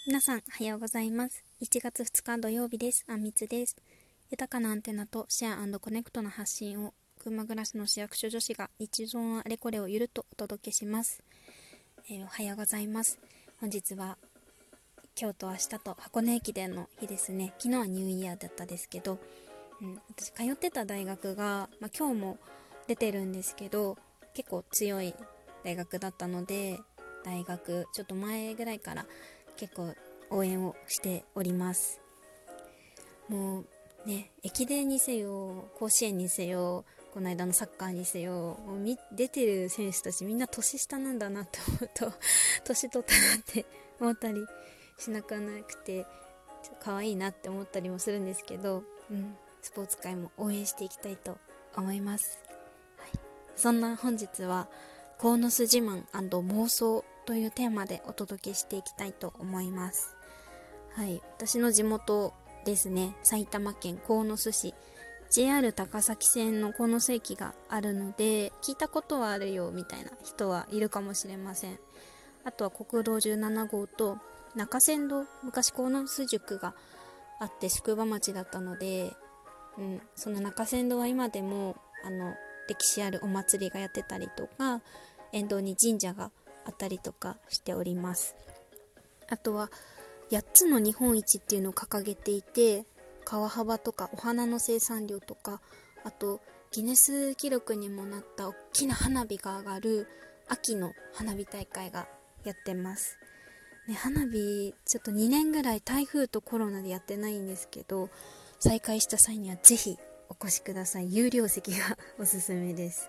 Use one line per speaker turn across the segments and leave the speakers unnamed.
皆さんおはようございます。1月2日土曜日です。あんみつです。豊かなアンテナとシェア&コネクトの発信を群馬暮らしの市役所女子が日常のあれこれをゆるっとお届けします。おはようございます。本日は今日と明日と箱根駅伝の日ですね。昨日はニューイヤーだったですけど、私通ってた大学が、今日も出てるんですけど、結構強い大学だったので、大学ちょっと前ぐらいから結構応援をしております。もうね、駅伝にせよ甲子園にせよこの間のサッカーにせよ、もう出てる選手たちみんな年下なんだなって思うと年取ったなって思ったりしなくはなくて、可愛いなって思ったりもするんですけど、スポーツ界も応援していきたいと思います。そんな本日は鴻巣自慢&妄想というテーマでお届けしていきたいと思います。私の地元ですね、埼玉県鴻巣市、 JR 高崎線の鴻巣駅があるので、聞いたことはあるよみたいな人はいるかもしれません。あとは国道17号と中山道、昔鴻巣塾があって宿場町だったので、その中山道は今でも歴史あるお祭りがやってたりとか、沿道に神社があったりとかしております。あとは8つの日本一っていうのを掲げていて、川幅とかお花の生産量とか、あとギネス記録にもなった大きな花火が上がる秋の花火大会がやってます、花火ちょっと2年ぐらい台風とコロナでやってないんですけど、再開した際にはぜひお越しください。有料席がおすすめです。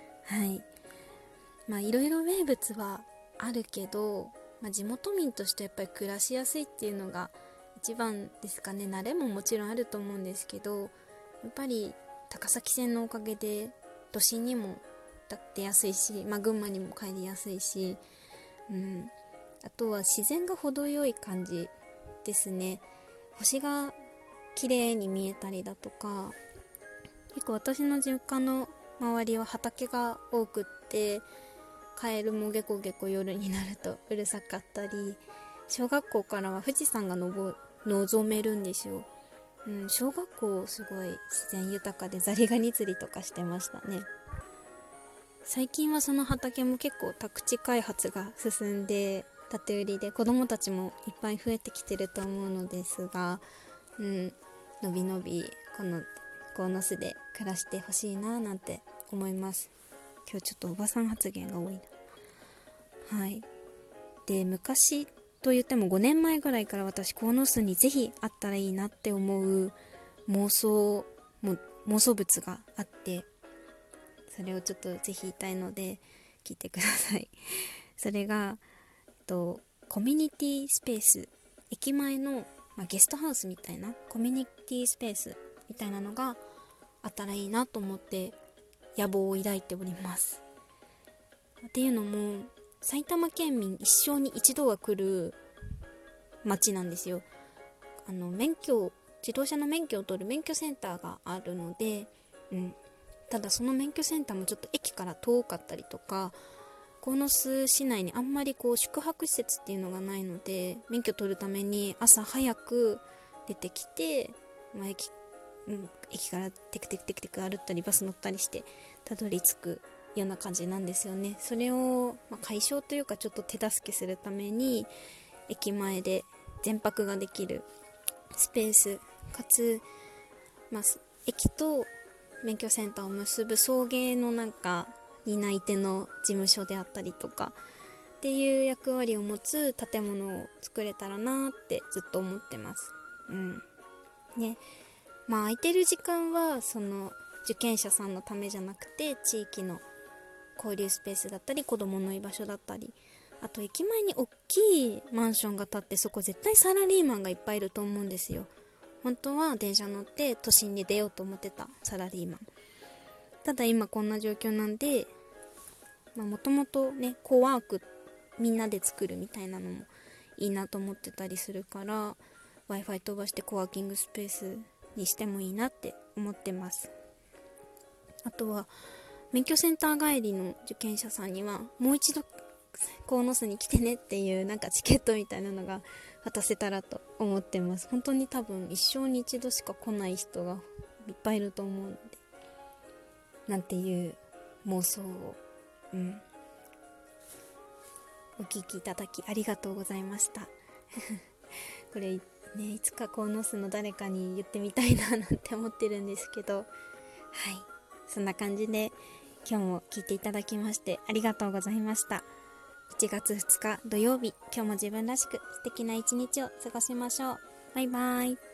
いろいろ名物はあるけど、地元民としてやっぱり暮らしやすいっていうのが一番ですかね。慣れももちろんあると思うんですけど、やっぱり高崎線のおかげで都心にも出やすいし、群馬にも帰りやすいし、あとは自然が程よい感じですね。星が綺麗に見えたりだとか、結構私の実家の周りは畑が多くって、カエルもゲコゲコ夜になるとうるさかったり、小学校からは富士山が望めるんですよ。小学校すごい自然豊かでザリガニ釣りとかしてましたね。最近はその畑も結構宅地開発が進んで、建て売りで子供たちもいっぱい増えてきてると思うのですが、のびのびこの鴻巣で暮らしてほしいななんて思います。今日ちょっとおばさん発言が多いな。で、昔と言っても5年前ぐらいから私鴻巣にぜひあったらいいなって思う妄想物があって、それをちょっとぜひ言いたいので聞いてください。それがコミュニティスペース、駅前の、ゲストハウスみたいなコミュニティスペースみたいなのがあったらいいなと思って野望を抱いております。っていうのも、埼玉県民一生に一度は来る街なんですよ。自動車の免許を取る免許センターがあるので、ただその免許センターもちょっと駅から遠かったりとか、鴻巣市内にあんまり宿泊施設っていうのがないので、免許取るために朝早く出てきて、駅からテクテクテクテク歩ったりバス乗ったりしてたどり着くような感じなんですよね。それを、解消というかちょっと手助けするために、駅前で全泊ができるスペースかつ、駅と免許センターを結ぶ送迎の担い手の事務所であったりとかっていう役割を持つ建物を作れたらなってずっと思ってます。空いてる時間はその受験者さんのためじゃなくて、地域の交流スペースだったり子どもの居場所だったり、あと駅前に大きいマンションが建って、そこ絶対サラリーマンがいっぱいいると思うんですよ。本当は電車乗って都心に出ようと思ってたサラリーマン、ただ今こんな状況なんで、もともとね、コワークみんなで作るみたいなのもいいなと思ってたりするから、 Wi-Fi 飛ばしてコワーキングスペースにしてもいいなって思ってます。あとは免許センター帰りの受験者さんにはもう一度鴻巣に来てねっていうチケットみたいなのが果たせたらと思ってます。本当に多分一生に一度しか来ない人がいっぱいいると思うので、なんていう妄想を、お聞きいただきありがとうございましたこれね、いつかコーノスの誰かに言ってみたいななんて思ってるんですけど、はい、そんな感じで今日も聞いていただきましてありがとうございました。1月2日土曜日、今日も自分らしく素敵な一日を過ごしましょう。バイバイ。